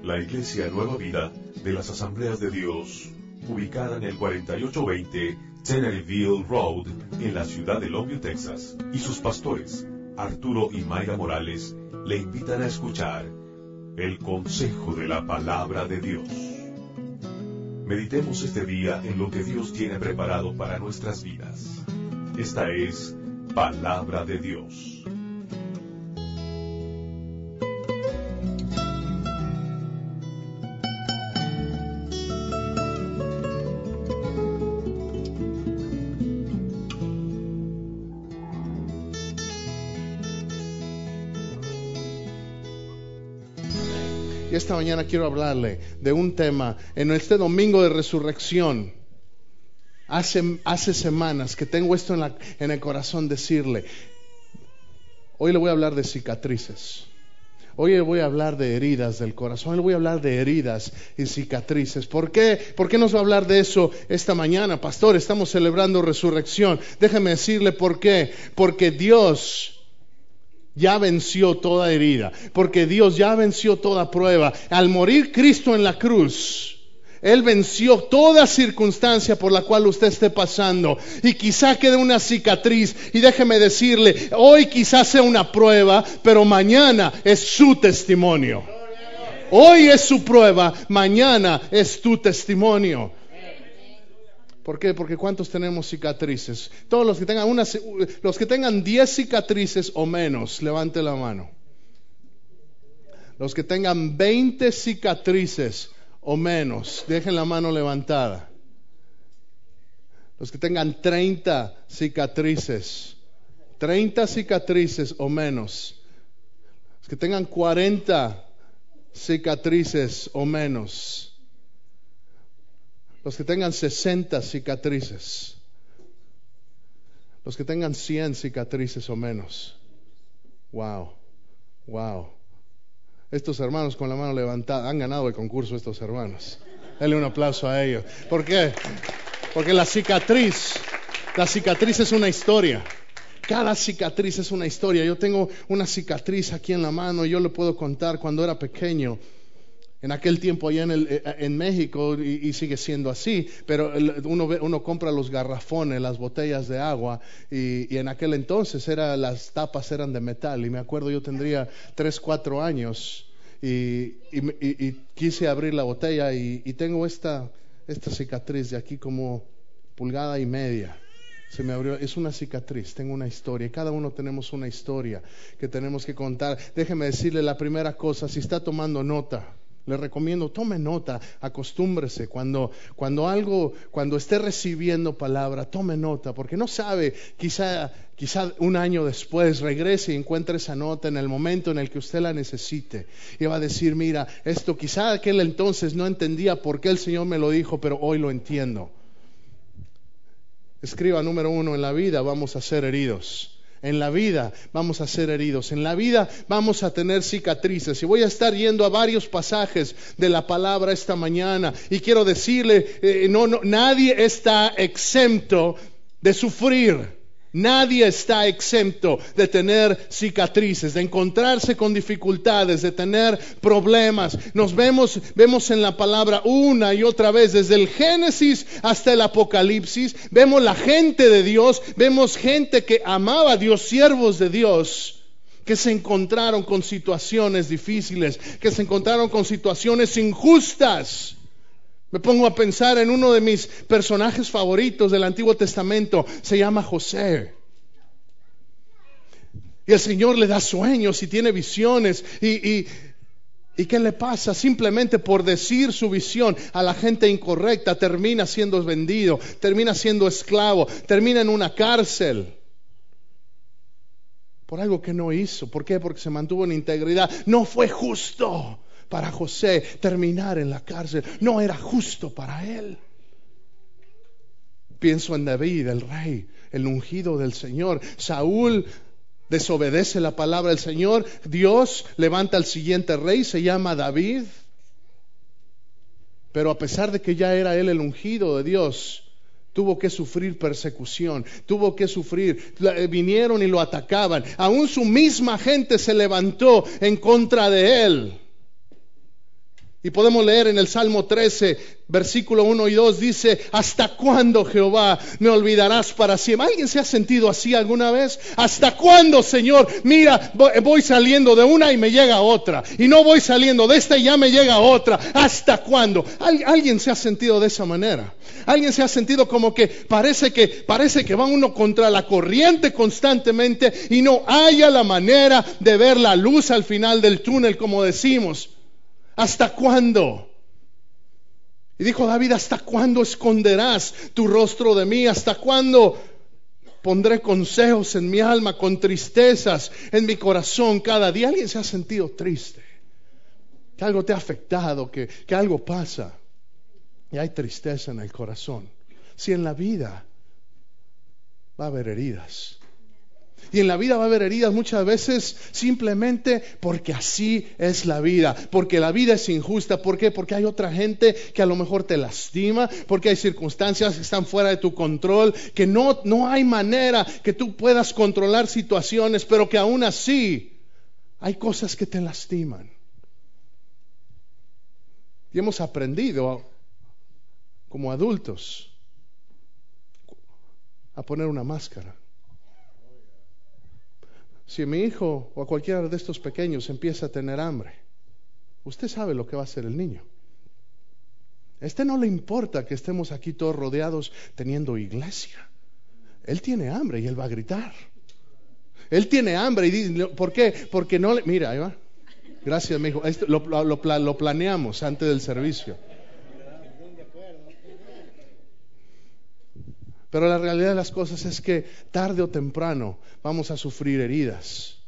La Iglesia Nueva Vida de las Asambleas de Dios, ubicada en el 4820 Teneryville Road, en la ciudad de Longview, Texas, y sus pastores, Arturo y Mayra Morales, le invitan a escuchar el consejo de la palabra de Dios. Meditemos este día en lo que Dios tiene preparado para nuestras vidas. Esta es Palabra de Dios. Y esta mañana quiero hablarle de un tema en este domingo de resurrección. Hace semanas que tengo esto en el corazón, decirle, hoy le voy a hablar de cicatrices. Hoy le voy a hablar de heridas del corazón. Hoy le voy a hablar de heridas y cicatrices. ¿Por qué? ¿Por qué nos va a hablar de eso esta mañana, pastor? Estamos celebrando resurrección. Déjeme decirle por qué. Porque Dios ya venció toda herida, porque Dios ya venció toda prueba. Al morir Cristo en la cruz, Él venció toda circunstancia por la cual usted esté pasando. Y quizá quede una cicatriz. Y déjeme decirle, hoy quizás sea una prueba, pero mañana es su testimonio. Hoy es su prueba, mañana es tu testimonio. ¿Por qué? Porque ¿cuántos tenemos cicatrices? Todos los que tengan 10 cicatrices o menos, levante la mano. Los que tengan 20 cicatrices o menos, dejen la mano levantada. Los que tengan 30 cicatrices o menos. Los que tengan 40 cicatrices o menos. Los que tengan 60 cicatrices. Los que tengan 100 cicatrices o menos. Wow. Estos hermanos con la mano levantada han ganado el concurso, estos hermanos. Denle un aplauso a ellos. ¿Por qué? Porque la cicatriz es una historia. Cada cicatriz es una historia. Yo tengo una cicatriz aquí en la mano y yo le puedo contar cuando era pequeño. En aquel tiempo allá en México, y sigue siendo así, pero uno compra los garrafones, las botellas de agua, y en aquel entonces las tapas eran de metal. Y me acuerdo, yo tendría 3, 4 años y quise abrir la botella y tengo esta cicatriz de aquí como 1,5 pulgadas. Se me abrió. Es una cicatriz, tengo una historia. Cada uno tenemos una historia que tenemos que contar. Déjeme decirle la primera cosa, si está tomando nota, le recomiendo, tome nota, acostúmbrese. Cuando esté recibiendo palabra, tome nota, porque no sabe, quizá 1 año después regrese y encuentre esa nota en el momento en el que usted la necesite. Y va a decir, mira, esto quizá aquel entonces no entendía por qué el Señor me lo dijo, pero hoy lo entiendo. Escriba, número 1, en la vida vamos a ser heridos. En la vida vamos a ser heridos. En la vida vamos a tener cicatrices. Y voy a estar yendo a varios pasajes de la palabra esta mañana. Y quiero decirle, nadie está exento de sufrir. Nadie está exento de tener cicatrices, de encontrarse con dificultades, de tener problemas. Vemos en la palabra una y otra vez, desde el Génesis hasta el Apocalipsis, vemos la gente de Dios, vemos gente que amaba a Dios, siervos de Dios, que se encontraron con situaciones difíciles, que se encontraron con situaciones injustas. Me pongo a pensar en uno de mis personajes favoritos del Antiguo Testamento. Se llama José. Y el Señor le da sueños y tiene visiones. ¿Y qué le pasa? Simplemente por decir su visión a la gente incorrecta, termina siendo vendido, termina siendo esclavo, termina en una cárcel. Por algo que no hizo. ¿Por qué? Porque se mantuvo en integridad. No fue justo para José terminar en la cárcel. No era justo para él. Pienso en David, el rey, el ungido del Señor. Saúl desobedece la palabra del Señor. Dios levanta al siguiente rey, se llama David. Pero a pesar de que ya era él el ungido de Dios, tuvo que sufrir persecución, tuvo que sufrir, vinieron y lo atacaban. Aún su misma gente se levantó en contra de él. Y podemos leer en el Salmo 13, versículo 1 y 2, dice: ¿hasta cuándo, Jehová, me olvidarás para siempre? ¿Alguien se ha sentido así alguna vez? ¿Hasta cuándo, Señor? Mira, voy saliendo de una y me llega otra. Y no voy saliendo de esta y ya me llega otra. ¿Hasta cuándo? ¿Alguien se ha sentido de esa manera? ¿Alguien se ha sentido como que parece que va uno contra la corriente constantemente y no haya la manera de ver la luz al final del túnel, como decimos? ¿Hasta cuándo? Y dijo David: ¿hasta cuándo esconderás tu rostro de mí? ¿Hasta cuándo pondré consejos en mi alma, con tristezas en mi corazón cada día? ¿Alguien se ha sentido triste? Que algo te ha afectado, que algo pasa y hay tristeza en el corazón. Si en la vida va a haber heridas. Y en la vida va a haber heridas muchas veces simplemente porque así es la vida, porque la vida es injusta. ¿Por qué? Porque hay otra gente que a lo mejor te lastima, porque hay circunstancias que están fuera de tu control, que no hay manera que tú puedas controlar situaciones, pero que aún así hay cosas que te lastiman. Y hemos aprendido como adultos a poner una máscara. Si mi hijo o a cualquiera de estos pequeños empieza a tener hambre, usted sabe lo que va a hacer el niño. No le importa que estemos aquí todos rodeados teniendo iglesia. Él tiene hambre y él va a gritar. Él tiene hambre y dice: ¿por qué? Porque no le... Mira, ahí va. Gracias, mi hijo. Esto lo planeamos antes del servicio. Pero la realidad de las cosas es que tarde o temprano vamos a sufrir heridas.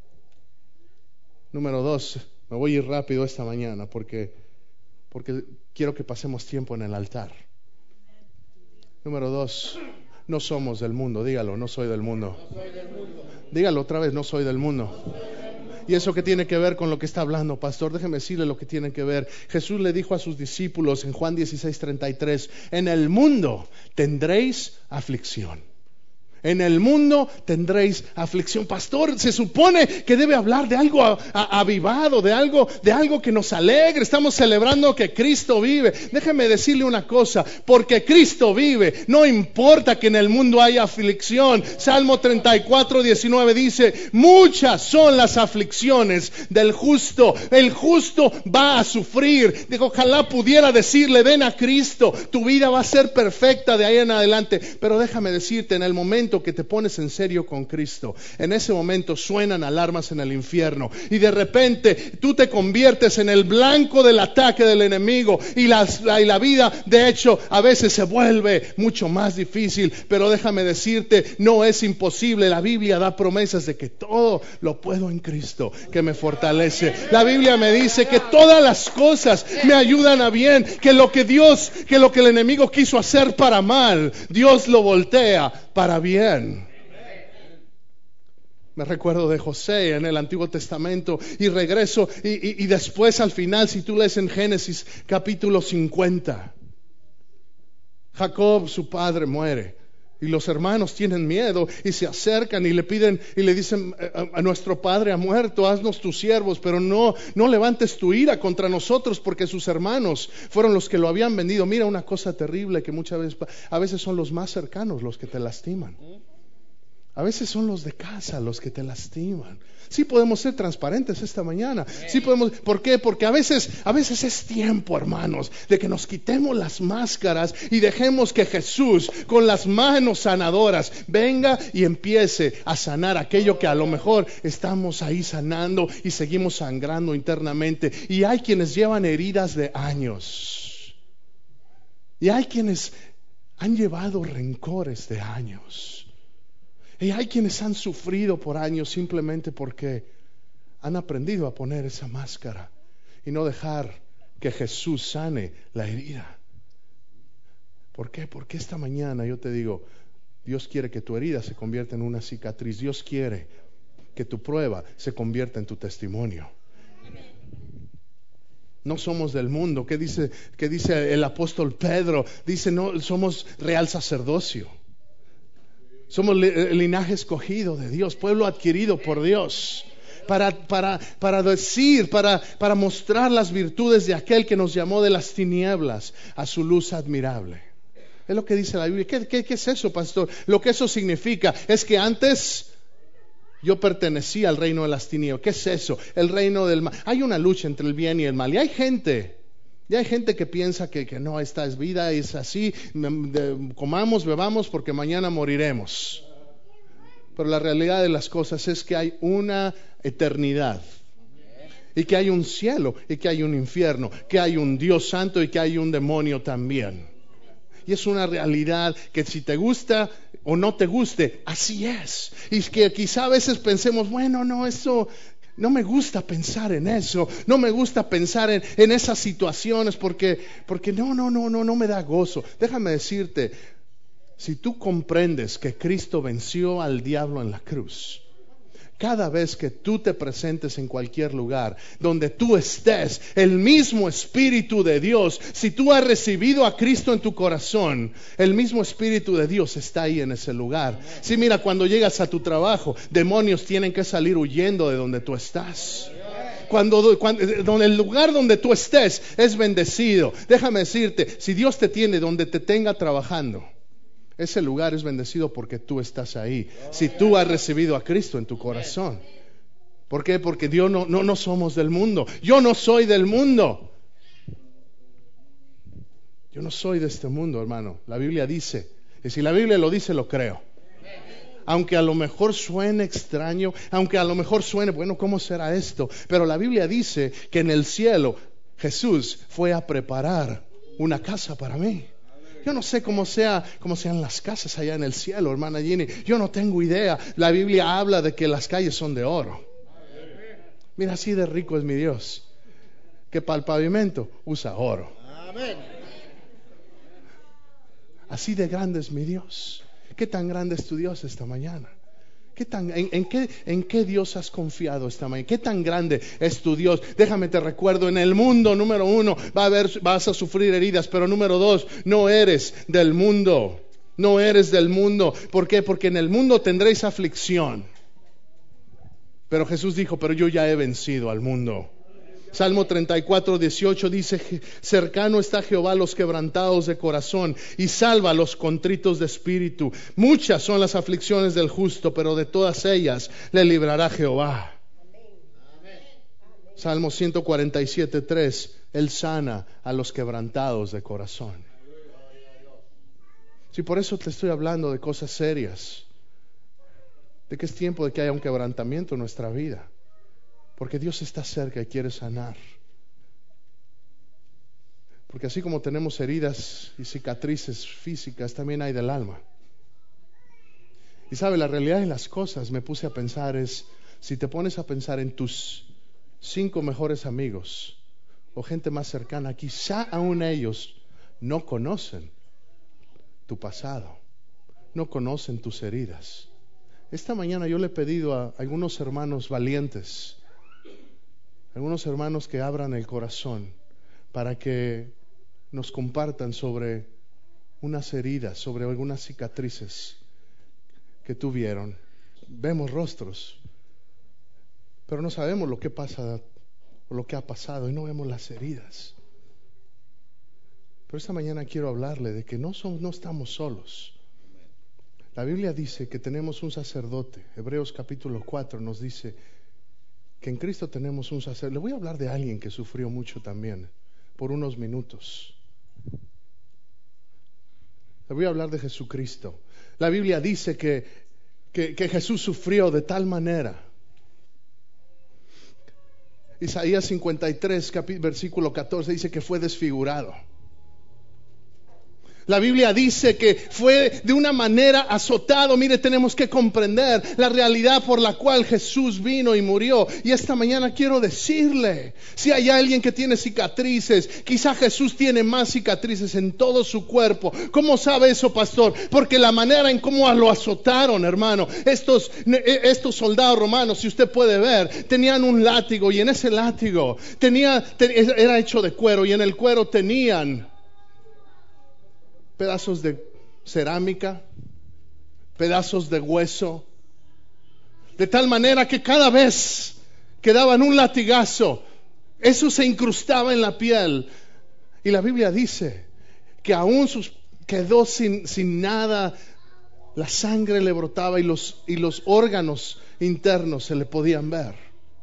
Número 2, me voy a ir rápido esta mañana porque quiero que pasemos tiempo en el altar. Número 2, no somos del mundo. Dígalo: no soy del mundo. Dígalo otra vez: no soy del mundo. ¿Y eso qué tiene que ver con lo que está hablando, pastor? Déjeme decirle lo que tiene que ver. Jesús le dijo a sus discípulos en Juan 16:33: en el mundo tendréis aflicción. En el mundo tendréis aflicción. Pastor, se supone que debe hablar de algo avivado, de algo que nos alegre. Estamos celebrando que Cristo vive. Déjeme decirle una cosa: porque Cristo vive, no importa que en el mundo haya aflicción. Salmo 34:19 dice: muchas son las aflicciones del justo. El justo va a sufrir. Digo, ojalá pudiera decirle: ven a Cristo, tu vida va a ser perfecta de ahí en adelante. Pero déjame decirte, en el momento que te pones en serio con Cristo, en ese momento suenan alarmas en el infierno y de repente tú te conviertes en el blanco del ataque del enemigo y la vida de hecho a veces se vuelve mucho más difícil. Pero déjame decirte, no es imposible. La Biblia da promesas de que todo lo puedo en Cristo que me fortalece. La Biblia me dice que todas las cosas me ayudan a bien, que lo que el enemigo quiso hacer para mal, Dios lo voltea para bien. Me recuerdo de José en el Antiguo Testamento y regreso y después al final, si tú lees en Génesis capítulo 50, Jacob, su padre, muere y los hermanos tienen miedo y se acercan y le piden y le dicen: a nuestro padre ha muerto, haznos tus siervos, pero no levantes tu ira contra nosotros, porque sus hermanos fueron los que lo habían vendido. Mira, una cosa terrible, que a veces son los más cercanos los que te lastiman. A veces son los de casa los que te lastiman. Sí podemos ser transparentes esta mañana. Sí podemos. ¿Por qué? Porque a veces es tiempo, hermanos, de que nos quitemos las máscaras y dejemos que Jesús, con las manos sanadoras, venga y empiece a sanar aquello que a lo mejor estamos ahí sanando y seguimos sangrando internamente. Y hay quienes llevan heridas de años. Y hay quienes han llevado rencores de años. Y hay quienes han sufrido por años simplemente porque han aprendido a poner esa máscara y no dejar que Jesús sane la herida. ¿Por qué? Porque esta mañana yo te digo, Dios quiere que tu herida se convierta en una cicatriz. Dios quiere que tu prueba se convierta en tu testimonio. No somos del mundo. ¿Qué dice el apóstol Pedro? Dice: no, somos real sacerdocio. Somos el linaje escogido de Dios, pueblo adquirido por Dios. para decir, para mostrar las virtudes de aquel que nos llamó de las tinieblas a su luz admirable. Es lo que dice la Biblia. ¿Qué es eso, pastor? Lo que eso significa es que antes yo pertenecía al reino de las tinieblas. ¿Qué es eso? El reino del mal. Hay una lucha entre el bien y el mal. Y hay gente que piensa que no, esta es vida, es así, comamos, bebamos porque mañana moriremos. Pero la realidad de las cosas es que hay una eternidad. Y que hay un cielo y que hay un infierno, que hay un Dios santo y que hay un demonio también. Y es una realidad que si te gusta o no te guste, así es. Y que quizá a veces pensemos, bueno, no, eso no me gusta pensar en eso, no me gusta pensar en esas situaciones porque no me da gozo. Déjame decirte, si tú comprendes que Cristo venció al diablo en la cruz, cada vez que tú te presentes en cualquier lugar donde tú estés, el mismo Espíritu de Dios, si tú has recibido a Cristo en tu corazón, el mismo Espíritu de Dios está ahí en ese lugar. Sí, mira, cuando llegas a tu trabajo, demonios tienen que salir huyendo de donde tú estás. Cuando el lugar donde tú estés es bendecido. Déjame decirte, si Dios te tiene donde te tenga trabajando, ese lugar es bendecido porque tú estás ahí. Si tú has recibido a Cristo en tu corazón. ¿Por qué? Porque Dios no somos del mundo. Yo no soy del mundo. Yo no soy de este mundo, hermano. La Biblia dice, y si la Biblia lo dice, lo creo. Aunque a lo mejor suene extraño, aunque a lo mejor suene, bueno, ¿cómo será esto? Pero la Biblia dice que en el cielo Jesús fue a preparar una casa para mí. Yo no sé cómo sean las casas allá en el cielo, hermana Jenny. Yo no tengo idea. La Biblia habla de que las calles son de oro. Mira, así de rico es mi Dios, que para el pavimento usa oro. Así de grande es mi Dios. ¿Qué tan grande es tu Dios esta mañana? ¿En qué Dios has confiado esta mañana? ¿Qué tan grande es tu Dios? Déjame te recuerdo, en el mundo, número 1, vas a sufrir heridas, pero número 2, no eres del mundo. No eres del mundo. ¿Por qué? Porque en el mundo tendréis aflicción. Pero Jesús dijo, pero yo ya he vencido al mundo. Salmo 34:18 dice, cercano está Jehová a los quebrantados de corazón y salva a los contritos de espíritu. Muchas son las aflicciones del justo, pero de todas ellas le librará Jehová. Salmo 147:3, Él sana a los quebrantados de corazón. Sí, por eso te estoy hablando de cosas serias, de que es tiempo de que haya un quebrantamiento en nuestra vida. Porque Dios está cerca y quiere sanar. Porque así como tenemos heridas y cicatrices físicas, también hay del alma. Y sabe, la realidad de las cosas, me puse a pensar, es si te pones a pensar en tus 5 mejores amigos o gente más cercana, quizá aún ellos no conocen tu pasado, no conocen tus heridas. Esta mañana yo le he pedido a algunos hermanos valientes, algunos hermanos que abran el corazón para que nos compartan sobre unas heridas, sobre algunas cicatrices que tuvieron. Vemos rostros, pero no sabemos lo que pasa o lo que ha pasado y no vemos las heridas. Pero esta mañana quiero hablarle de que no estamos solos. La Biblia dice que tenemos un sacerdote. Hebreos capítulo 4 nos dice que en Cristo tenemos un sacerdote. Le voy a hablar de alguien que sufrió mucho también, por unos minutos. Le voy a hablar de Jesucristo. La Biblia dice que Jesús sufrió de tal manera. Isaías 53, versículo 14, dice que fue desfigurado. La Biblia dice que fue de una manera azotado. Mire, tenemos que comprender la realidad por la cual Jesús vino y murió. Y esta mañana quiero decirle, si hay alguien que tiene cicatrices, quizá Jesús tiene más cicatrices en todo su cuerpo. ¿Cómo sabe eso, pastor? Porque la manera en cómo lo azotaron, hermano. Estos soldados romanos, si usted puede ver, tenían un látigo y en ese látigo era hecho de cuero y en el cuero tenían pedazos de cerámica, pedazos de hueso, de tal manera que cada vez que daban un latigazo, eso se incrustaba en la piel. Y la Biblia dice que aún quedó sin nada, la sangre le brotaba y los órganos internos se le podían ver.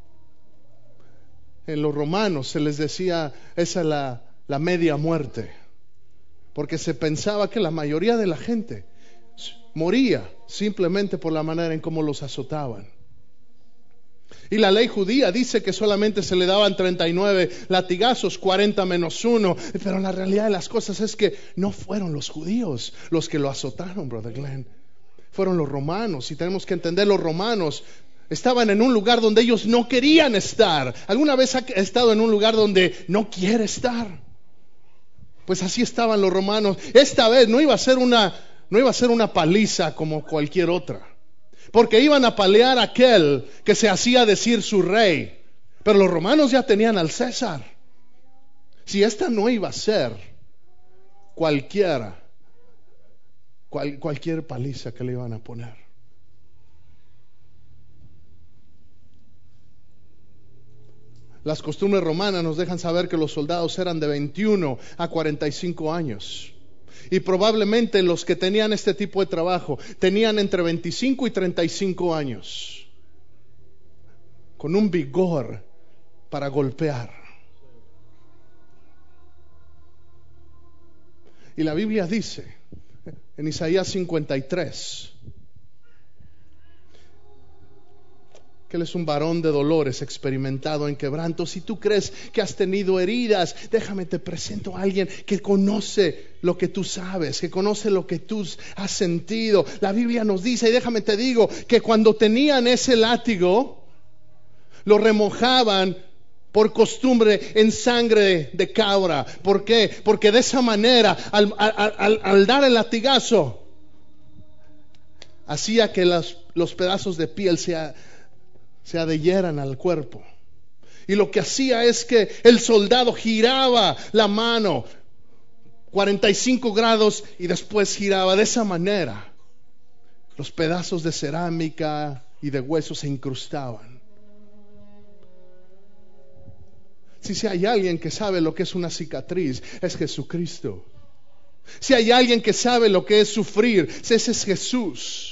En los romanos se les decía, esa es la media muerte, porque se pensaba que la mayoría de la gente moría simplemente por la manera en cómo los azotaban. Y la ley judía dice que solamente se le daban 39 latigazos, 40 menos 1. Pero la realidad de las cosas es que no fueron los judíos los que lo azotaron, Brother Glenn. Fueron los romanos. Y tenemos que entender, los romanos estaban en un lugar donde ellos no querían estar. ¿Alguna vez ha estado en un lugar donde no quiere estar? Pues así estaban los romanos. Esta vez no iba a ser una paliza como cualquier otra, porque iban a apalear a aquel que se hacía decir su rey. Pero los romanos ya tenían al César. Si esta no iba a ser cualquier paliza que le iban a poner. Las costumbres romanas nos dejan saber que los soldados eran de 21 a 45 años. Y probablemente los que tenían este tipo de trabajo tenían entre 25 y 35 años, con un vigor para golpear. Y la Biblia dice en Isaías 53 que Él es un varón de dolores, experimentado en quebranto. Si tú crees que has tenido heridas, déjame te presento a alguien que conoce lo que tú sabes, que conoce lo que tú has sentido. La Biblia nos dice, y déjame te digo, que cuando tenían ese látigo, lo remojaban por costumbre en sangre de cabra. ¿Por qué? Porque de esa manera, al dar el latigazo, hacía que los pedazos de piel se adherían al cuerpo. Y lo que hacía es que el soldado giraba la mano 45 grados y después giraba. De esa manera los pedazos de cerámica y de hueso se incrustaban. Si hay alguien que sabe lo que es una cicatriz, es Jesucristo. Si hay alguien que sabe lo que es sufrir, ese es Jesús.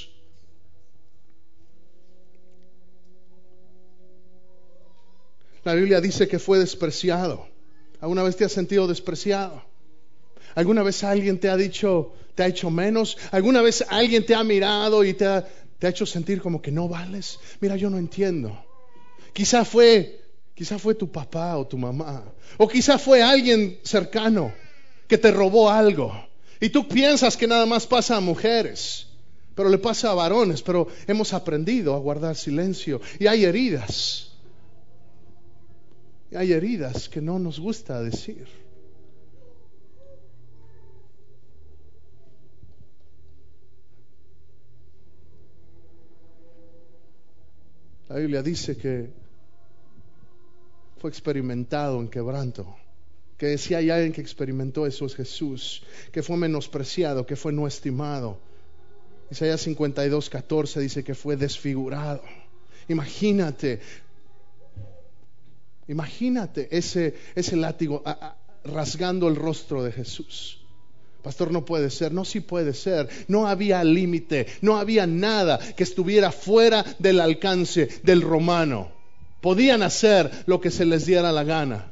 La Biblia dice que fue despreciado. ¿Alguna vez te has sentido despreciado? ¿Alguna vez alguien te ha dicho, te ha hecho menos? ¿Alguna vez alguien te ha mirado y te ha hecho sentir como que no vales? Mira, yo no entiendo. Quizá fue tu papá o tu mamá, o quizá fue alguien cercano que te robó algo. Y tú piensas que nada más pasa a mujeres, pero le pasa a varones. Pero hemos aprendido a guardar silencio. Y hay heridas. Hay heridas que no nos gusta decir. La Biblia dice que fue experimentado en quebranto. Que si hay alguien que experimentó eso es Jesús. Que fue menospreciado, que fue no estimado. Isaías 52:14 dice que fue desfigurado. Imagínate ese látigo rasgando el rostro de Jesús. Pastor, no puede ser. No, sí puede ser. No había límite, no había nada que estuviera fuera del alcance del romano. Podían hacer lo que se les diera la gana.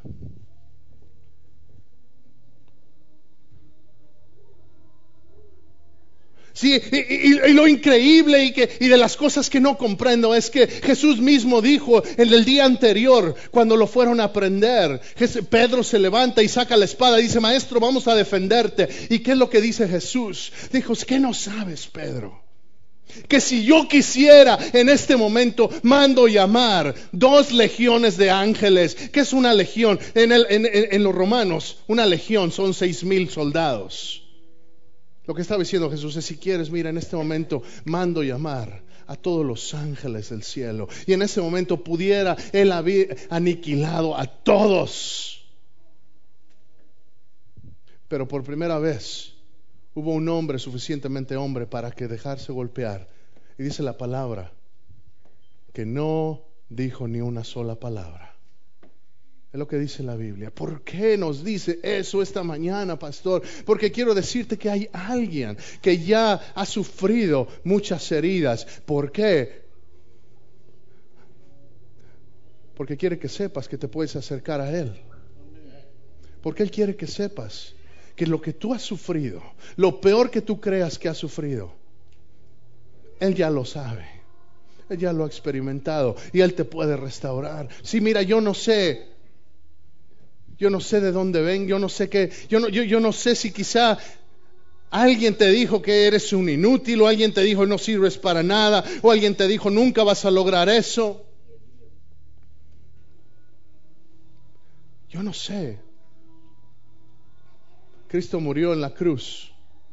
Sí, y lo increíble y de las cosas que no comprendo es que Jesús mismo dijo en el día anterior, cuando lo fueron a prender, Pedro se levanta y saca la espada y dice, maestro, vamos a defenderte. ¿Y qué es lo que dice Jesús? Dijo, ¿qué no sabes, Pedro? Que si yo quisiera en este momento, mando llamar 2 legiones de ángeles. ¿Qué es una legión? En los romanos, una legión son 6,000 soldados. Lo que estaba diciendo Jesús es, si quieres, mira, en este momento mando llamar a todos los ángeles del cielo. Y en ese momento pudiera Él haber aniquilado a todos. Pero por primera vez hubo un hombre suficientemente hombre para que dejarse golpear. Y dice la palabra que no dijo ni una sola palabra. Es lo que dice la Biblia. ¿Por qué nos dice eso esta mañana, pastor? Porque quiero decirte que hay alguien que ya ha sufrido muchas heridas. ¿Por qué? Porque quiere que sepas que te puedes acercar a Él. Porque Él quiere que sepas que lo que tú has sufrido, lo peor que tú creas que has sufrido, Él ya lo sabe. Él ya lo ha experimentado y Él te puede restaurar. Sí, mira, yo no sé de dónde ven, yo no sé si quizá alguien te dijo que eres un inútil, o alguien te dijo no sirves para nada, o alguien te dijo nunca vas a lograr eso. Yo no sé. Cristo murió en la cruz.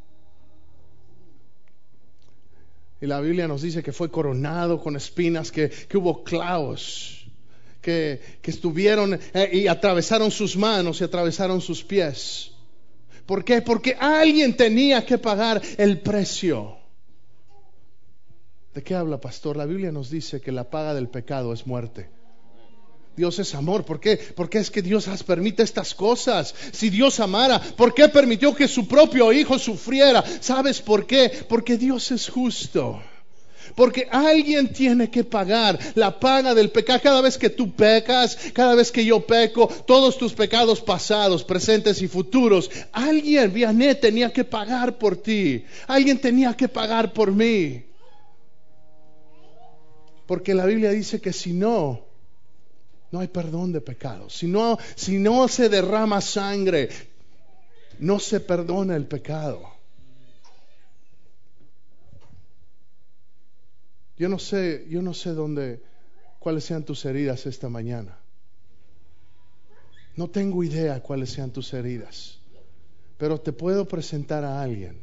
Y la Biblia nos dice que fue coronado con espinas, que hubo clavos, que estuvieron y atravesaron sus manos y atravesaron sus pies. ¿Por qué? Porque alguien tenía que pagar el precio. ¿De qué habla, pastor? La Biblia nos dice que la paga del pecado es muerte. Dios es amor. ¿Por qué? Porque es que Dios permite estas cosas. Si Dios amara, ¿por qué permitió que su propio Hijo sufriera? ¿Sabes por qué? Porque Dios es justo. Porque alguien tiene que pagar la paga del pecado. Cada vez que tú pecas, cada vez que yo peco, todos tus pecados pasados, presentes y futuros, alguien, Vianney, tenía que pagar por ti. Alguien tenía que pagar por mí. Porque la Biblia dice que si no hay perdón de pecados. Si no se derrama sangre, no se perdona el pecado. Yo no sé cuáles sean tus heridas esta mañana. No tengo idea cuáles sean tus heridas, pero te puedo presentar a alguien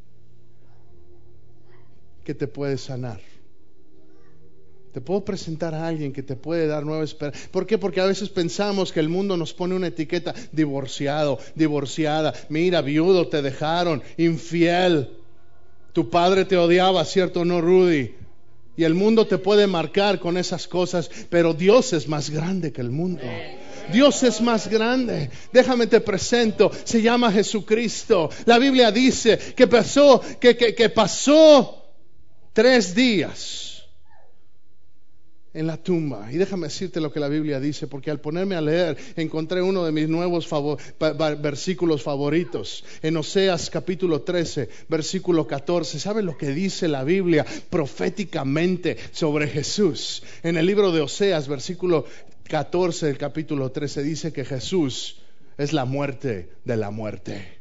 que te puede sanar. Te puedo presentar a alguien que te puede dar nueva esperanza. ¿Por qué? Porque a veces pensamos que el mundo nos pone una etiqueta: divorciado, divorciada, mira, viudo, te dejaron, infiel, tu padre te odiaba, ¿cierto o no, Rudy? Y el mundo te puede marcar con esas cosas, pero Dios es más grande que el mundo. Dios es más grande. Déjame te presento. Se llama Jesucristo. La Biblia dice que pasó 3 días en la tumba. Y déjame decirte lo que la Biblia dice, porque al ponerme a leer encontré uno de mis nuevos versículos favoritos. En Oseas capítulo 13, versículo 14. ¿Sabe lo que dice la Biblia proféticamente sobre Jesús? En el libro de Oseas, versículo 14 del capítulo 13, dice que Jesús es la muerte de la muerte.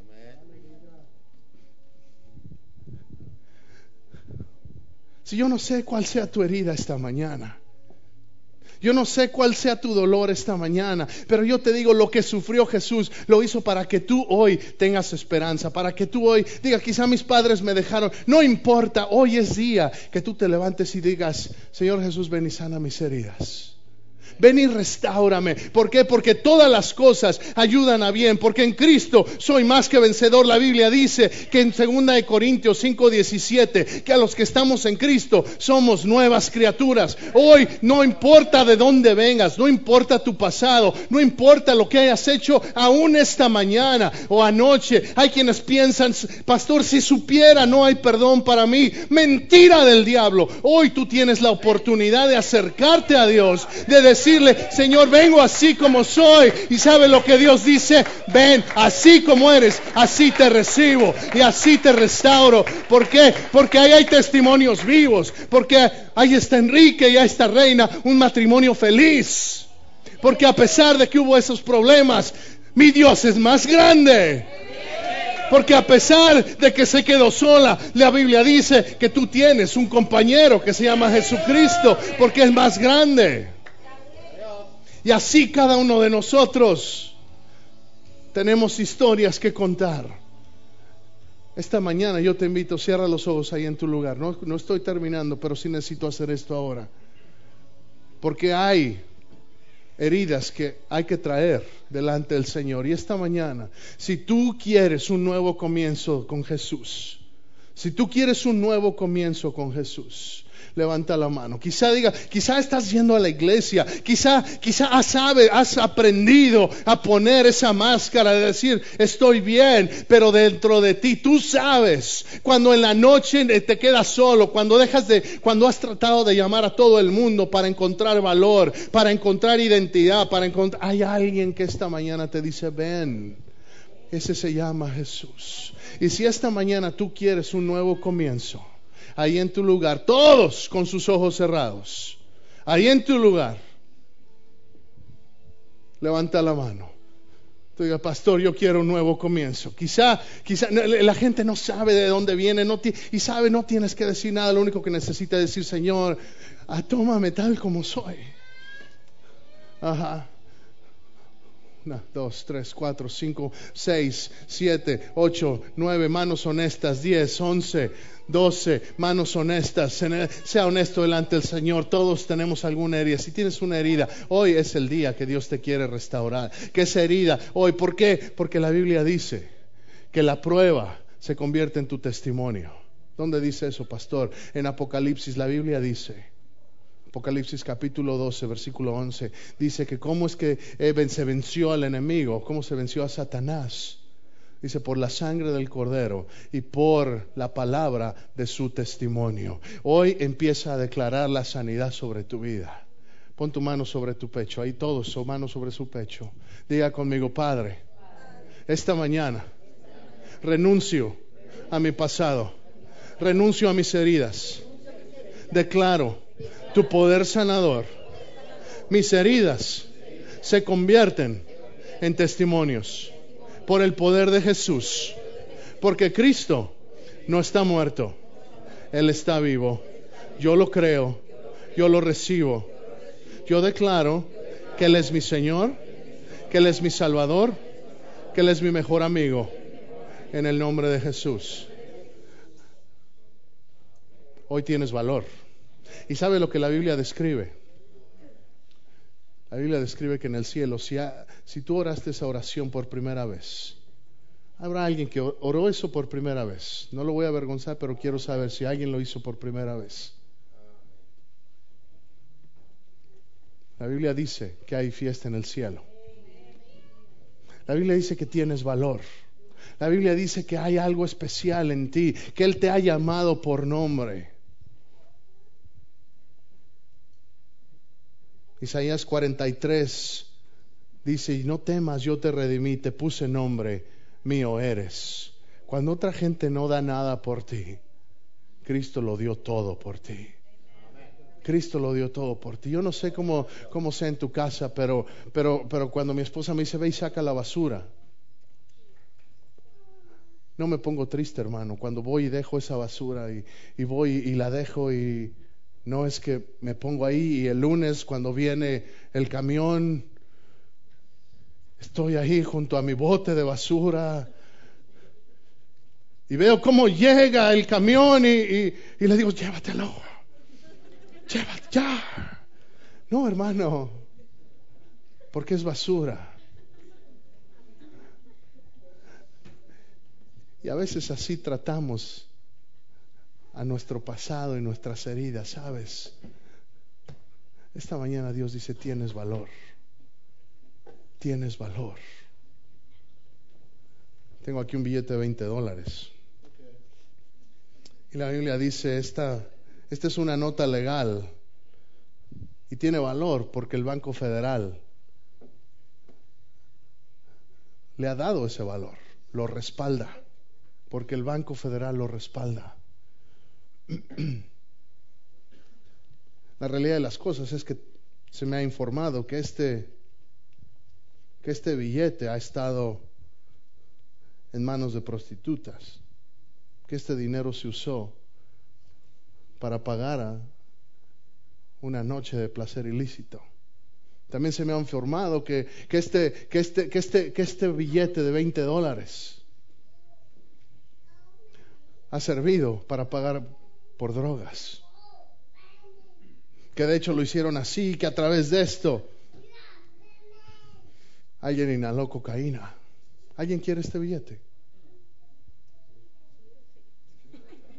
Si yo no sé cuál sea tu herida esta mañana, yo no sé cuál sea tu dolor esta mañana, pero yo te digo, lo que sufrió Jesús lo hizo para que tú hoy tengas esperanza, para que tú hoy digas, quizá mis padres me dejaron, no importa, hoy es día que tú te levantes y digas, Señor Jesús, ven y sana mis heridas. Ven y restáurame. ¿Por qué? Porque todas las cosas ayudan a bien. Porque en Cristo soy más que vencedor. La Biblia dice que en 2 Corintios 5:17 que a los que estamos en Cristo somos nuevas criaturas. Hoy no importa de dónde vengas, no importa tu pasado, no importa lo que hayas hecho aún esta mañana o anoche. Hay quienes piensan, pastor, si supiera no hay perdón para mí. Mentira del diablo. Hoy tú tienes la oportunidad de acercarte a Dios, de decirle, Señor, vengo así como soy. Y sabe lo que Dios dice: ven así como eres, así te recibo y así te restauro. ¿Por qué? Porque ahí hay testimonios vivos. Porque ahí está Enrique y ahí está Reina, un matrimonio feliz. Porque a pesar de que hubo esos problemas, mi Dios es más grande. Porque a pesar de que se quedó sola, la Biblia dice que tú tienes un compañero que se llama Jesucristo, porque es más grande. Y así cada uno de nosotros tenemos historias que contar. Esta mañana yo te invito, cierra los ojos ahí en tu lugar. No estoy terminando, pero sí necesito hacer esto ahora. Porque hay heridas que hay que traer delante del Señor. Y esta mañana, si tú quieres un nuevo comienzo con Jesús, Si tú quieres un nuevo comienzo con Jesús, levanta la mano. Quizá estás yendo a la iglesia, quizá has aprendido a poner esa máscara de decir estoy bien, pero dentro de ti tú sabes cuando en la noche te quedas solo, cuando has tratado de llamar a todo el mundo para encontrar valor, para encontrar identidad, hay alguien que esta mañana te dice ven. Ese se llama Jesús. Y si esta mañana tú quieres un nuevo comienzo, ahí en tu lugar, todos con sus ojos cerrados, ahí en tu lugar, levanta la mano. Tú digas, pastor, yo quiero un nuevo comienzo. Quizá la gente no sabe de dónde viene, no tienes que decir nada, lo único que necesita es decir, Señor, tómame tal como soy. Ajá. 1, 2, 3, 4, 5, 6, 7, 8, 9, manos honestas, 10, 11, 12, manos honestas. Sea honesto delante del Señor. Todos tenemos alguna herida. Si tienes una herida, hoy es el día que Dios te quiere restaurar. ¿Qué es herida hoy? ¿Por qué? Porque la Biblia dice que la prueba se convierte en tu testimonio. ¿Dónde dice eso, pastor? En Apocalipsis, la Biblia dice, Apocalipsis capítulo 12, versículo 11, dice que cómo es que se venció al enemigo, cómo se venció a Satanás. Dice, por la sangre del Cordero y por la palabra de su testimonio. Hoy empieza a declarar la sanidad sobre tu vida. Pon tu mano sobre tu pecho, ahí todos, su mano sobre su pecho. Diga conmigo, Padre, esta mañana renuncio a mi pasado, renuncio a mis heridas, declaro tu poder sanador. Mis heridas se convierten en testimonios por el poder de Jesús, porque Cristo no está muerto, Él está vivo. Yo lo creo, yo lo recibo. Yo declaro que Él es mi Señor, que Él es mi Salvador, que Él es mi mejor amigo, en el nombre de Jesús. Hoy tienes valor. ¿Y sabe lo que la Biblia describe? La Biblia describe que en el cielo, si tú oraste esa oración por primera vez, habrá alguien que oró eso por primera vez. No lo voy a avergonzar, pero quiero saber si alguien lo hizo por primera vez. La Biblia dice que hay fiesta en el cielo. La Biblia dice que tienes valor. La Biblia dice que hay algo especial en ti, que Él te ha llamado por nombre. Isaías 43 dice, y no temas, yo te redimí, te puse nombre, mío eres. Cuando otra gente no da nada por ti, Cristo lo dio todo por ti. Cristo lo dio todo por ti. Yo no sé cómo sea en tu casa, pero cuando mi esposa me dice, ve y saca la basura, no me pongo triste, hermano. Cuando voy y dejo esa basura y voy y la dejo y no es que me pongo ahí y el lunes cuando viene el camión estoy ahí junto a mi bote de basura y veo cómo llega el camión y le digo, llévatelo, ya. No, hermano, porque es basura. Y a veces así tratamos a nuestro pasado y nuestras heridas, ¿sabes? Esta mañana Dios dice, tienes valor. Tienes valor. Tengo aquí un billete de $20. Y la Biblia dice, esta es una nota legal y tiene valor porque el Banco Federal le ha dado ese valor, lo respalda, porque el Banco Federal lo respalda. La realidad de las cosas es que se me ha informado que este billete ha estado en manos de prostitutas, que este dinero se usó para pagar a una noche de placer ilícito. También se me ha informado que este billete de $20 ha servido para pagar por drogas, que de hecho lo hicieron así, que a través de esto alguien inhaló cocaína. ¿Alguien quiere este billete?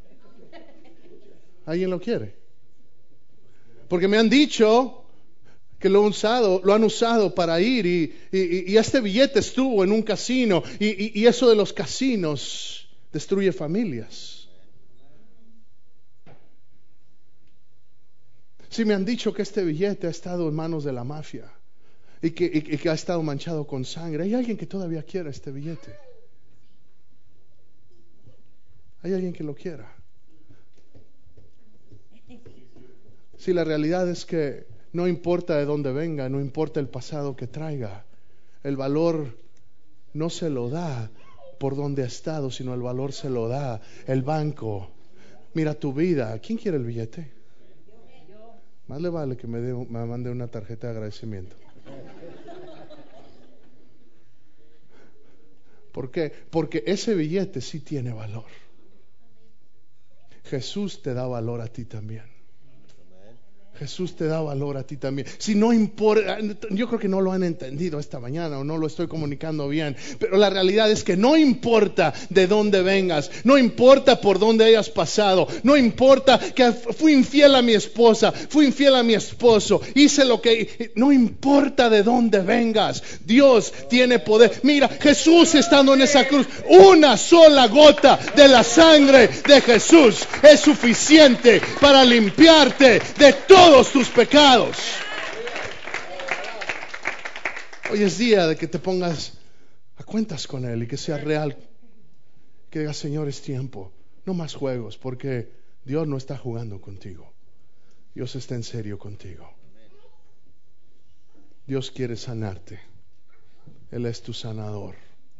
¿Alguien lo quiere? Porque me han dicho que lo han usado para ir y este billete estuvo en un casino y eso de los casinos destruye familias. Sí, me han dicho que este billete ha estado en manos de la mafia y que ha estado manchado con sangre. Hay alguien que todavía quiera este billete. Hay alguien que lo quiera. Sí, la realidad es que no importa de dónde venga, no importa el pasado que traiga, el valor no se lo da por donde ha estado, sino el valor se lo da el banco. Mira tu vida. ¿Quién quiere el billete? Más le vale que me mande una tarjeta de agradecimiento. ¿Por qué? Porque ese billete sí tiene valor. Jesús te da valor a ti también. Jesús te da valor a ti también. Si no importa, yo creo que no lo han entendido esta mañana o no lo estoy comunicando bien, pero la realidad es que no importa de dónde vengas, no importa por dónde hayas pasado, no importa que fui infiel a mi esposa, fui infiel a mi esposo, hice lo que, no importa de dónde vengas, Dios tiene poder. Mira, Jesús estando en esa cruz, una sola gota de la sangre de Jesús es suficiente para limpiarte de todos tus pecados. Hoy es día de que te pongas a cuentas con Él y que sea real. Que digas, Señor, es tiempo. No más juegos, porque Dios no está jugando contigo. Dios está en serio contigo. Dios quiere sanarte. Él es tu sanador.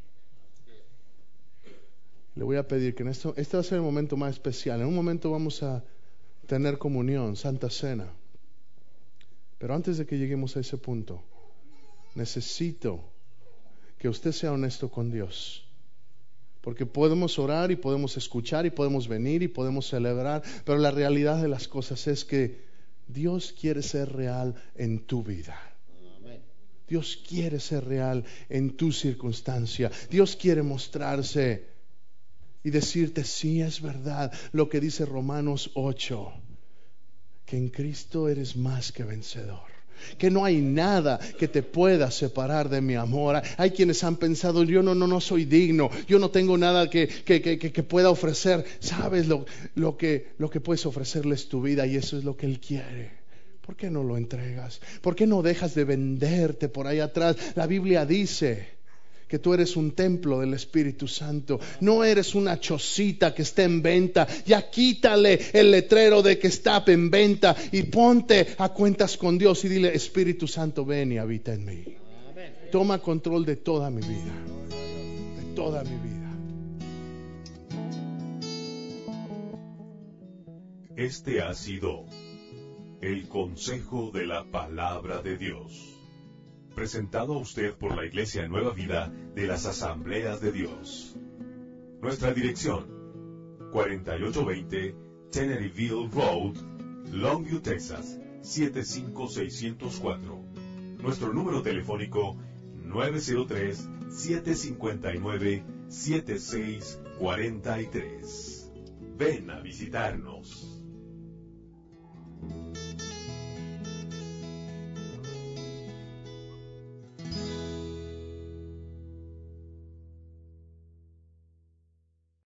Le voy a pedir que este va a ser el momento más especial. En un momento vamos a tener comunión, Santa Cena. Pero antes de que lleguemos a ese punto, necesito que usted sea honesto con Dios. Porque podemos orar y podemos escuchar y podemos venir y podemos celebrar, pero la realidad de las cosas es que Dios quiere ser real en tu vida. Dios quiere ser real en tu circunstancia. Dios quiere mostrarse y decirte, sí, es verdad lo que dice Romanos 8. Que en Cristo eres más que vencedor, que no hay nada que te pueda separar de mi amor. Hay quienes han pensado, yo no soy digno, yo no tengo nada que pueda ofrecer. Sabes lo que puedes ofrecerles tu vida, y eso es lo que Él quiere. ¿Por qué no lo entregas? ¿Por qué no dejas de venderte por ahí atrás? La Biblia dice que tú eres un templo del Espíritu Santo. No eres una chocita que está en venta. Ya quítale el letrero de que está en venta y ponte a cuentas con Dios y dile, Espíritu Santo, ven y habita en mí. Toma control de toda mi vida. De toda mi vida. Este ha sido el consejo de la palabra de Dios, presentado a usted por la Iglesia Nueva Vida de las Asambleas de Dios. Nuestra dirección: 4820 Teneryville Road, Longview, Texas 75604. Nuestro número telefónico: 903-759-7643. Ven a visitarnos.